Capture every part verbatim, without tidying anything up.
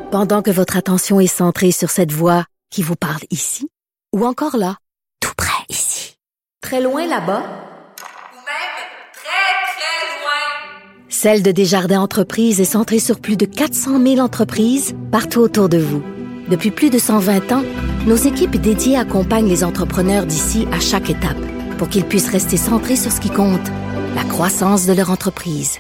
Pendant que votre attention est centrée sur cette voix qui vous parle ici, ou encore là, tout près ici, très loin là-bas, ou même très, très loin, Celle de Desjardins Entreprises est centrée sur plus de quatre cent mille entreprises partout autour de vous. Depuis plus de cent vingt ans, nos équipes dédiées accompagnent les entrepreneurs d'ici à chaque étape pour qu'ils puissent rester centrés sur ce qui compte, la croissance de leur entreprise.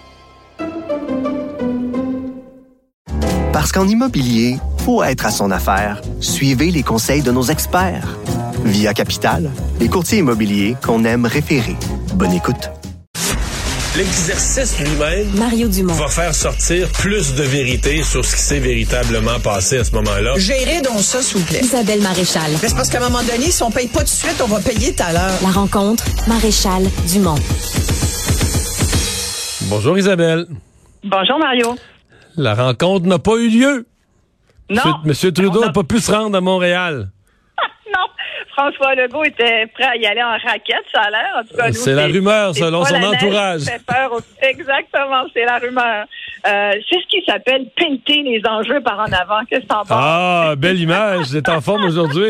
Parce qu'en immobilier, pour être à son affaire, suivez les conseils de nos experts. Via Capital, les courtiers immobiliers qu'on aime référer. Bonne écoute. L'exercice lui-même Mario Dumont va faire sortir plus de vérité sur ce qui s'est véritablement passé à ce moment-là. Gérez donc ça, s'il vous plaît. Isabelle Maréchal. Mais c'est parce qu'à un moment donné, si on paye pas tout de suite, on va payer tout à l'heure. La rencontre, Maréchal Dumont. Bonjour Isabelle. Bonjour Mario. La rencontre n'a pas eu lieu. Non. Monsieur, Monsieur Trudeau n'a a... pas pu se rendre à Montréal. Non. François Legault était prêt à y aller en raquette, ça a l'air. En tout cas, nous, c'est, c'est la rumeur, selon son entourage. Fait peur au... Exactement, c'est la rumeur. Euh, c'est ce qui s'appelle pinter les enjeux par en avant. Qu'est-ce que t'en penses? Ah, belle image. Vous êtes en forme aujourd'hui.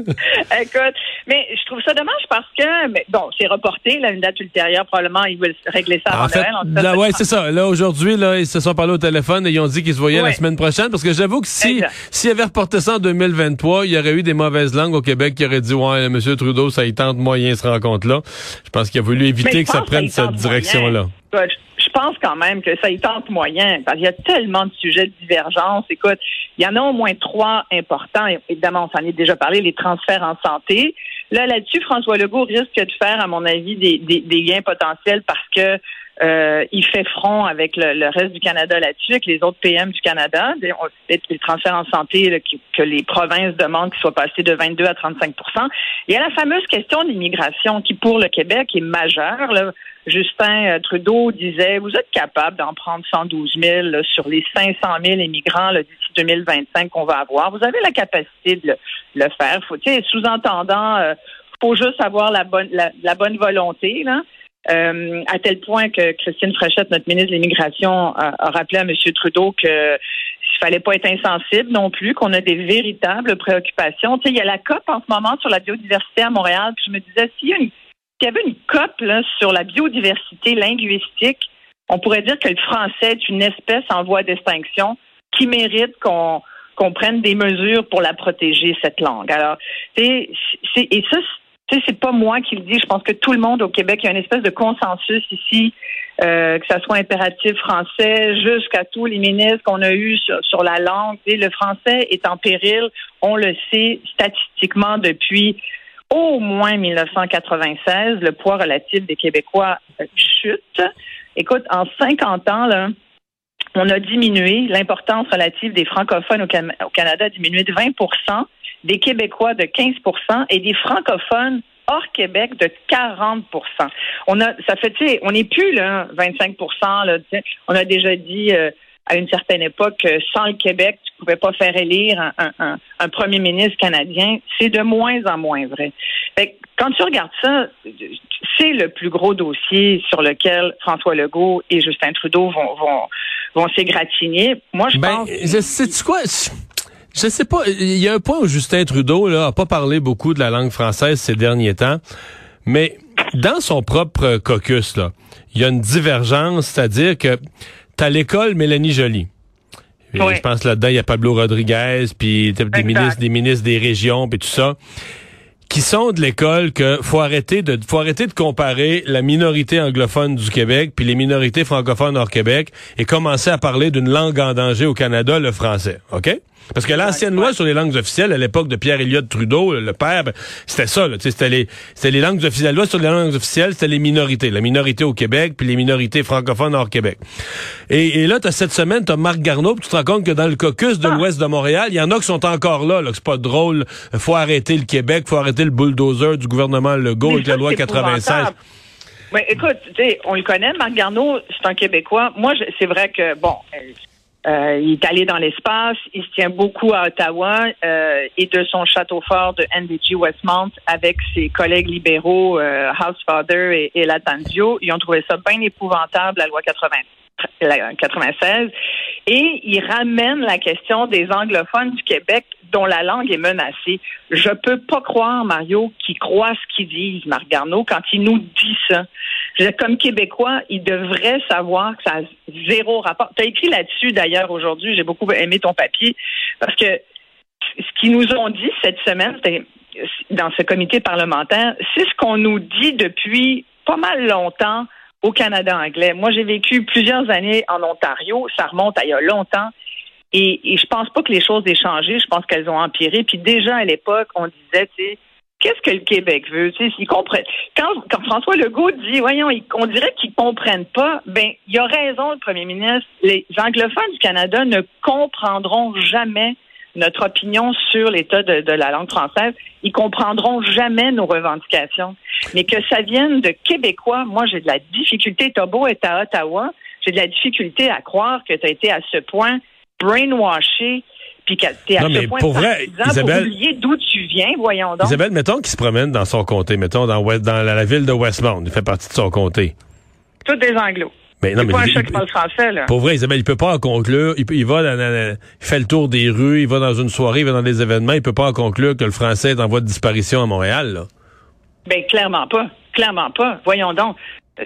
Écoute, mais je trouve ça dommage parce que, mais, bon, c'est reporté, là, une date ultérieure, probablement, ils veulent régler ça avant en fait, Noël. En là, ouais, c'est ça. Là, aujourd'hui, là, ils se sont parlé au téléphone et ils ont dit qu'ils se voyaient ouais. la semaine prochaine parce que j'avoue que si, s'ils avaient reporté ça en deux mille vingt-trois, il y aurait eu des mauvaises langues au Québec qui auraient dit, ouais, M. Trudeau, ça y tente moyen, cette rencontre-là. Je pense qu'il a voulu éviter que ça prenne cette direction-là. Moyen. Je pense quand même que ça y tente moyen, parce qu'il y a tellement de sujets de divergence. Écoute, il y en a au moins trois importants. Évidemment, on s'en est déjà parlé, les transferts en santé. Là, là-dessus, François Legault risque de faire, à mon avis, des, des, des gains potentiels parce que euh, il fait front avec le, le reste du Canada là-dessus, avec les autres P M du Canada. Les, les transferts en santé là, qui, que les provinces demandent qu'ils soient passés de vingt-deux à trente-cinq pour cent. Il y a la fameuse question d'immigration qui, pour le Québec, est majeure. Là. Justin Trudeau disait, vous êtes capable d'en prendre cent douze mille là, sur les cinq cent mille immigrants là, d'ici deux mille vingt-cinq qu'on va avoir. Vous avez la capacité de le, le faire. Faut, sous-entendant, euh, faut juste avoir la bonne, la, la bonne volonté, là. Euh, à tel point que Christine Fréchette, notre ministre de l'Immigration, a, a rappelé à M. Trudeau que il fallait pas être insensible non plus, qu'on a des véritables préoccupations. Tu sais, il y a la COP en ce moment sur la biodiversité à Montréal, puis je me disais, s'il y a une S'il y avait une COP là, sur la biodiversité linguistique, on pourrait dire que le français est une espèce en voie d'extinction qui mérite qu'on, qu'on prenne des mesures pour la protéger, cette langue. Alors, c'est, c'est, et ça, c'est, c'est pas moi qui le dis. Je pense que tout le monde au Québec, il y a une espèce de consensus ici, euh, que ça soit impératif français, jusqu'à tous les ministres qu'on a eus sur, sur la langue. Tu sais, le français est en péril, on le sait statistiquement depuis au moins dix-neuf cent quatre-vingt-seize, le poids relatif des Québécois chute. Écoute, en cinquante ans, là, on a diminué, l'importance relative des francophones au, Can- au Canada a diminué de vingt pour cent, des Québécois de quinze pour cent et des francophones hors Québec de quarante pour cent. On a, ça fait, tu sais, on n'est plus là, vingt-cinq pour cent. Là, on a déjà dit euh, à une certaine époque que sans le Québec, tu pouvais pas faire élire un, un, un, un premier ministre canadien. C'est de moins en moins vrai. Fait que quand tu regardes ça, c'est le plus gros dossier sur lequel François Legault et Justin Trudeau vont vont vont s'égratigner. Moi, je ben, pense. Je sais quoi. Je sais pas. Il y a un point où Justin Trudeau là a pas parlé beaucoup de la langue française ces derniers temps, mais dans son propre caucus là, il y a une divergence, c'est-à-dire que t'as l'école Mélanie Joly. Oui. Je pense là-dedans, il y a Pablo Rodriguez, puis des ministres, des ministres des régions, puis tout ça, qui sont de l'école que faut arrêter de faut arrêter de comparer la minorité anglophone du Québec puis les minorités francophones hors Québec et commencer à parler d'une langue en danger au Canada, le français, OK? Parce que l'ancienne loi sur les langues officielles, à l'époque de Pierre Elliott Trudeau, le père, ben, c'était ça, là, c'était les, c'était les langues officielles. La loi sur les langues officielles, c'était les minorités. La minorité au Québec, puis les minorités francophones hors Québec. Et, et là, t'as cette semaine, t'as Marc Garneau, puis tu te rends compte que dans le caucus de ah. l'Ouest de Montréal, il y en a qui sont encore là, là, que c'est pas drôle. Faut arrêter le Québec, faut arrêter le bulldozer du gouvernement Legault avec la loi quatre-vingt-seize. Oui, écoute, tu sais, on le connaît, Marc Garneau, c'est un Québécois. Moi, je, c'est vrai que, bon, Euh, il est allé dans l'espace, il se tient beaucoup à Ottawa euh, et de son château fort de N D G Westmount avec ses collègues libéraux euh, Housefather et, et Lattanzio. Ils ont trouvé ça bien épouvantable, la loi quatre-vingt, quatre-vingt-seize, et il ramène la question des anglophones du Québec dont la langue est menacée. Je peux pas croire, Mario, qu'ils croient ce qu'ils disent, Marc Garneau, quand il nous dit ça. Je veux dire, comme Québécois, il devrait savoir que ça a zéro rapport. Tu as écrit là-dessus, d'ailleurs, aujourd'hui, j'ai beaucoup aimé ton papier, parce que ce qu'ils nous ont dit cette semaine, c'était dans ce comité parlementaire, c'est ce qu'on nous dit depuis pas mal longtemps au Canada anglais. Moi, j'ai vécu plusieurs années en Ontario. Ça remonte à il y a longtemps. Et, et je pense pas que les choses aient changé. Je pense qu'elles ont empiré. Puis déjà, à l'époque, on disait, tu sais, qu'est-ce que le Québec veut? Tu sais, s'ils comprennent. Quand, quand François Legault dit, voyons, ils, on dirait qu'ils comprennent pas, ben, il a raison, le premier ministre. Les anglophones du Canada ne comprendront jamais notre opinion sur l'état de, de la langue française. Ils comprendront jamais nos revendications. Mais que ça vienne de Québécois, moi, j'ai de la difficulté. T'as beau être à Ottawa, j'ai de la difficulté à croire que tu as été à ce point brainwashé, puis que t'es à non, ce mais point pour vrai, Isabelle, pour oublier d'où tu viens, voyons donc. Isabelle, mettons qu'il se promène dans son comté, mettons dans, West, dans la, la ville de Westmount, il fait partie de son comté. Tous des anglos. Mais non, c'est mais pas un il, chat il, qui parle français, là. Pour vrai, Isabelle, il peut pas en conclure. Il, il va dans, dans, il fait le tour des rues, il va dans une soirée, il va dans des événements, il peut pas en conclure que le français est en voie de disparition à Montréal, là. Ben, clairement pas. Clairement pas. Voyons donc.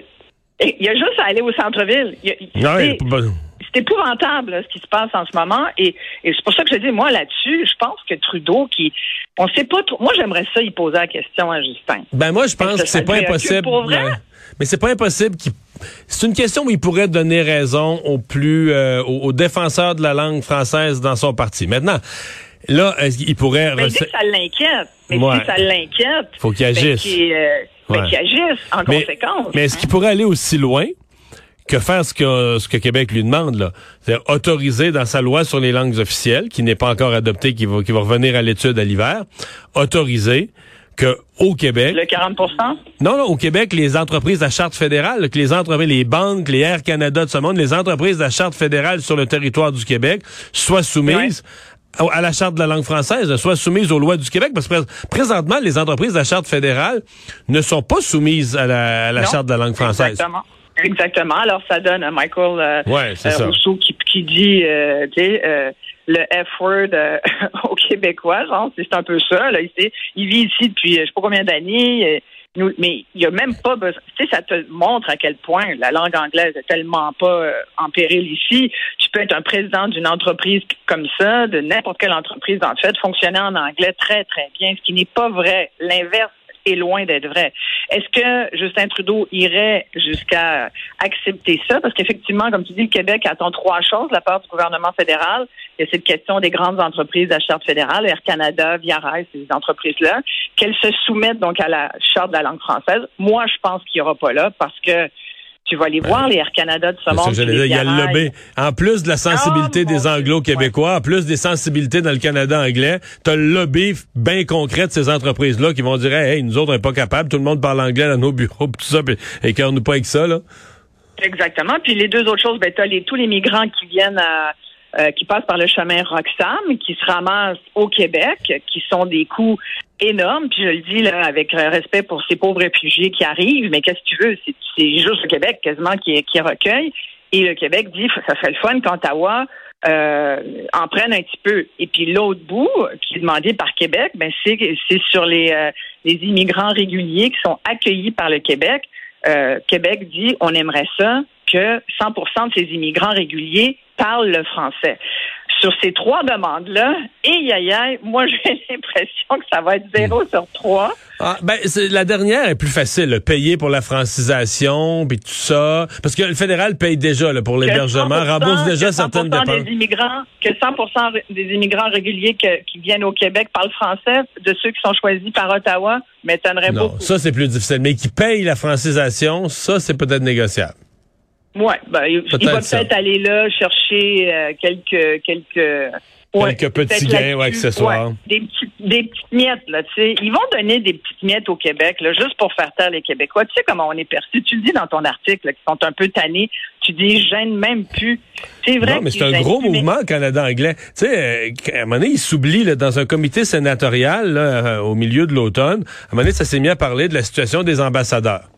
Il y a juste à aller au centre-ville. Il y a, non, c'est, il, bah, c'est épouvantable, là, ce qui se passe en ce moment. Et, et c'est pour ça que je dis, moi, là-dessus, je pense que Trudeau, qui, on sait pas trop. Moi, j'aimerais ça, y poser la question à Justin. Ben, moi, je pense que, que c'est pas impossible. Pour vrai? Mais, mais c'est pas impossible qu'il. C'est une question où il pourrait donner raison aux plus, euh, aux, aux défenseurs de la langue française dans son parti. Maintenant, là, il pourrait. Mais rece... dit que ça l'inquiète. Mais ouais. si ça l'inquiète. Faut qu'il agisse. Ben, qu'il, euh, ben, ouais. qu'il agisse en mais, conséquence. Mais est-ce hein? qu'il pourrait aller aussi loin que faire ce que, ce que Québec lui demande, là? C'est-à-dire autoriser dans sa loi sur les langues officielles, qui n'est pas encore adoptée, qui va, qui va revenir à l'étude à l'hiver, autoriser que au Québec... Le quarante pour cent? Non, non, au Québec, les entreprises à charte fédérale, que les entreprises, les banques, les Air Canada de ce monde, les entreprises à charte fédérale sur le territoire du Québec soient soumises ouais. à la charte de la langue française, soient soumises aux lois du Québec, parce que présentement, les entreprises à charte fédérale ne sont pas soumises à la, à la charte de la langue française. Exactement. Exactement. Alors, ça donne à Michael euh, ouais, c'est euh, ça. Rousseau qui, qui dit, euh, tu sais, euh, le F-word euh, aux Québécois, genre, c'est un peu ça. Là, il, il vit ici depuis je sais pas combien d'années, euh, nous, mais il n'y a même pas besoin. Tu sais, ça te montre à quel point la langue anglaise est tellement pas euh, en péril ici. Tu peux être un président d'une entreprise comme ça, de n'importe quelle entreprise, en fait, fonctionner en anglais très, très bien, ce qui n'est pas vrai. L'inverse est loin d'être vrai. Est-ce que Justin Trudeau irait jusqu'à accepter ça? Parce qu'effectivement, comme tu dis, le Québec attend trois choses de la part du gouvernement fédéral. Il y a cette question des grandes entreprises à charte fédérale, Air Canada, Via Rail, ces entreprises-là, qu'elles se soumettent donc à la charte de la langue française. Moi, je pense qu'il n'y aura pas là parce que tu vas aller voir les Air Canada de ce monde. Ça, dire, il y a le lobby. En plus de la sensibilité oh, des Anglo-Québécois, ouais. en plus des sensibilités dans le Canada anglais, t'as le lobby bien concret de ces entreprises-là qui vont dire hey, nous autres, on n'est pas capables, tout le monde parle anglais dans nos bureaux, tout ça, et qu'on nous pas avec ça, là. Exactement. Puis les deux autres choses, ben, t'as les, tous les migrants qui viennent à Euh, qui passent par le chemin Roxham, qui se ramassent au Québec, qui sont des coûts énormes. Puis je le dis là avec respect pour ces pauvres réfugiés qui arrivent, mais qu'est-ce que tu veux? C'est, c'est juste le Québec quasiment qui, qui recueille. Et le Québec dit, ça serait le fun qu'Ottawa euh, en prenne un petit peu. Et puis l'autre bout, qui est demandé par Québec, ben c'est, c'est sur les, euh, les immigrants réguliers qui sont accueillis par le Québec. Euh, Québec dit, on aimerait ça que cent pour cent de ces immigrants réguliers parlent le français. Sur ces trois demandes-là, et yaya, moi j'ai l'impression que ça va être zéro sur trois. Ah, ben, c'est, la dernière est plus facile, là, payer pour la francisation, puis tout ça, parce que le fédéral paye déjà là, pour l'hébergement, rembourse déjà certaines dépenses. Des immigrants, que cent pour cent des immigrants réguliers que, qui viennent au Québec parlent français, de ceux qui sont choisis par Ottawa, m'étonnerait non, beaucoup. Ça c'est plus difficile, mais qui paye la francisation, ça c'est peut-être négociable. Oui, ben, il, il va ça. peut-être aller là chercher euh, quelques quelques ouais, quelques petits gains ou accessoires. Ouais, des petites des petites miettes là, tu sais, ils vont donner des petites miettes au Québec là juste pour faire taire les Québécois. Tu sais comment on est perçu, tu le dis dans ton article là, qui sont un peu tannés, tu dis ils gênent même plus. C'est vrai. Non, mais c'est un gros plus, mouvement mais... Canada anglais. Tu sais, à un moment donné, ils s'oublient là, dans un comité sénatorial là, au milieu de l'automne. À un moment donné, ça s'est mis à parler de la situation des ambassadeurs.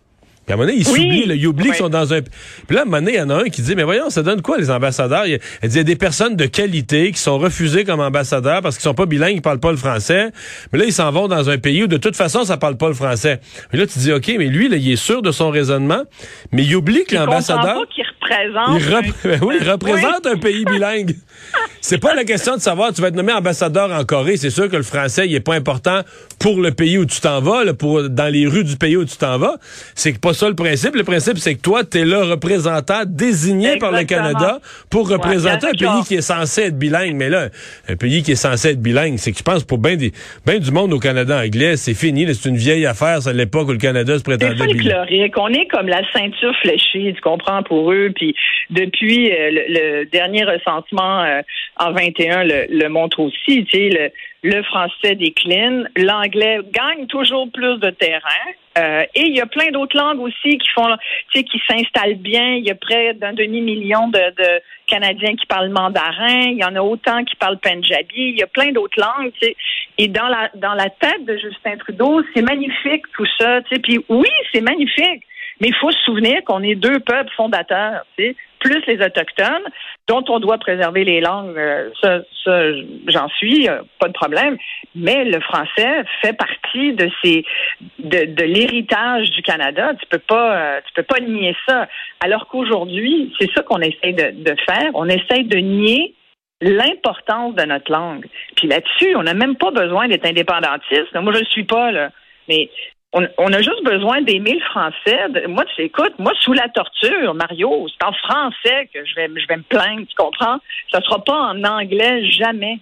Puis à un moment donné, ils Oui. s'oublient, là, ils oublient Oui. qu'ils sont dans un... Puis là, à un moment donné, il y en a un qui dit, mais voyons, ça donne quoi, les ambassadeurs? Il y a, elle dit, il y a des personnes de qualité qui sont refusées comme ambassadeurs parce qu'ils sont pas bilingues, ils parlent pas le français. Mais là, ils s'en vont dans un pays où, de toute façon, ça parle pas le français. Et là, tu dis, OK, mais lui, là, il est sûr de son raisonnement, mais il oublie que Il l'ambassadeur... comprend pas qu'il représente. Il, rep- un- oui, il représente Oui. un pays bilingue. C'est pas la question de savoir, tu vas être nommé ambassadeur en Corée. C'est sûr que le français, il est pas important pour le pays où tu t'en vas, là, pour, dans les rues du pays où tu t'en vas. C'est pas ça le principe. Le principe, c'est que toi, t'es le représentant désigné par le Exactement. Canada pour représenter Ouais, un pays d'accord. qui est censé être bilingue. Mais là, un pays qui est censé être bilingue, c'est que je pense pour bien des, ben du monde au Canada anglais, c'est fini. là, C'est une vieille affaire. C'est à l'époque où le Canada se C'est prétendait bilingue. folklorique. On est comme la ceinture fléchée, tu comprends, pour eux. Puis depuis euh, le, le dernier recensement euh, en vingt et un le, le montre aussi. Tu sais, le, le français décline, l'anglais gagne toujours plus de terrain. Euh, et il y a plein d'autres langues aussi qui font, tu sais, qui s'installent bien. Il y a près d'un demi-million de, de Canadiens qui parlent mandarin. Il y en a autant qui parlent punjabi. Il y a plein d'autres langues, tu sais. Et dans la dans la tête de Justin Trudeau, c'est magnifique tout ça, tu sais. Puis oui, c'est magnifique. Mais il faut se souvenir qu'on est deux peuples fondateurs, tu sais, plus les Autochtones, dont on doit préserver les langues. Euh, ça, ça j'en suis, euh, pas de problème. Mais le français fait partie de ces de, de l'héritage du Canada. Tu peux pas, euh, tu peux pas nier ça. Alors qu'aujourd'hui, c'est ça qu'on essaie de, de faire. On essaie de nier l'importance de notre langue. Puis là-dessus, on n'a même pas besoin d'être indépendantiste. Moi, je ne le suis pas, là. Mais on, on a juste besoin d'aimer le français. De, moi, tu sais, écoute, moi, sous la torture, Mario, c'est en français que je vais, je vais me plaindre, tu comprends? Ça ne sera pas en anglais, jamais.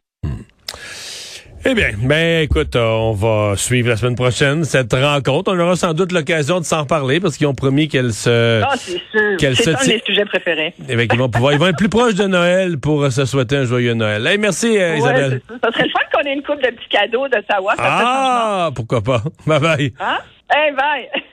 Eh bien, ben écoute, euh, on va suivre la semaine prochaine cette rencontre. On aura sans doute l'occasion de s'en reparler parce qu'ils ont promis qu'elle se... Ah, c'est sûr. qu'elle C'est se un de ti- mes sujets préférés. Eh bien, qu'ils vont pouvoir, ils vont être plus proches de Noël pour euh, se souhaiter un joyeux Noël. Hey, merci euh, Ouais, Isabelle. c'est ça. Ça serait le fun qu'on ait une coupe de petits cadeaux d'Ottawa. Ça fait changement. Ah, pourquoi pas. Bye bye. Hein? Hey, bye!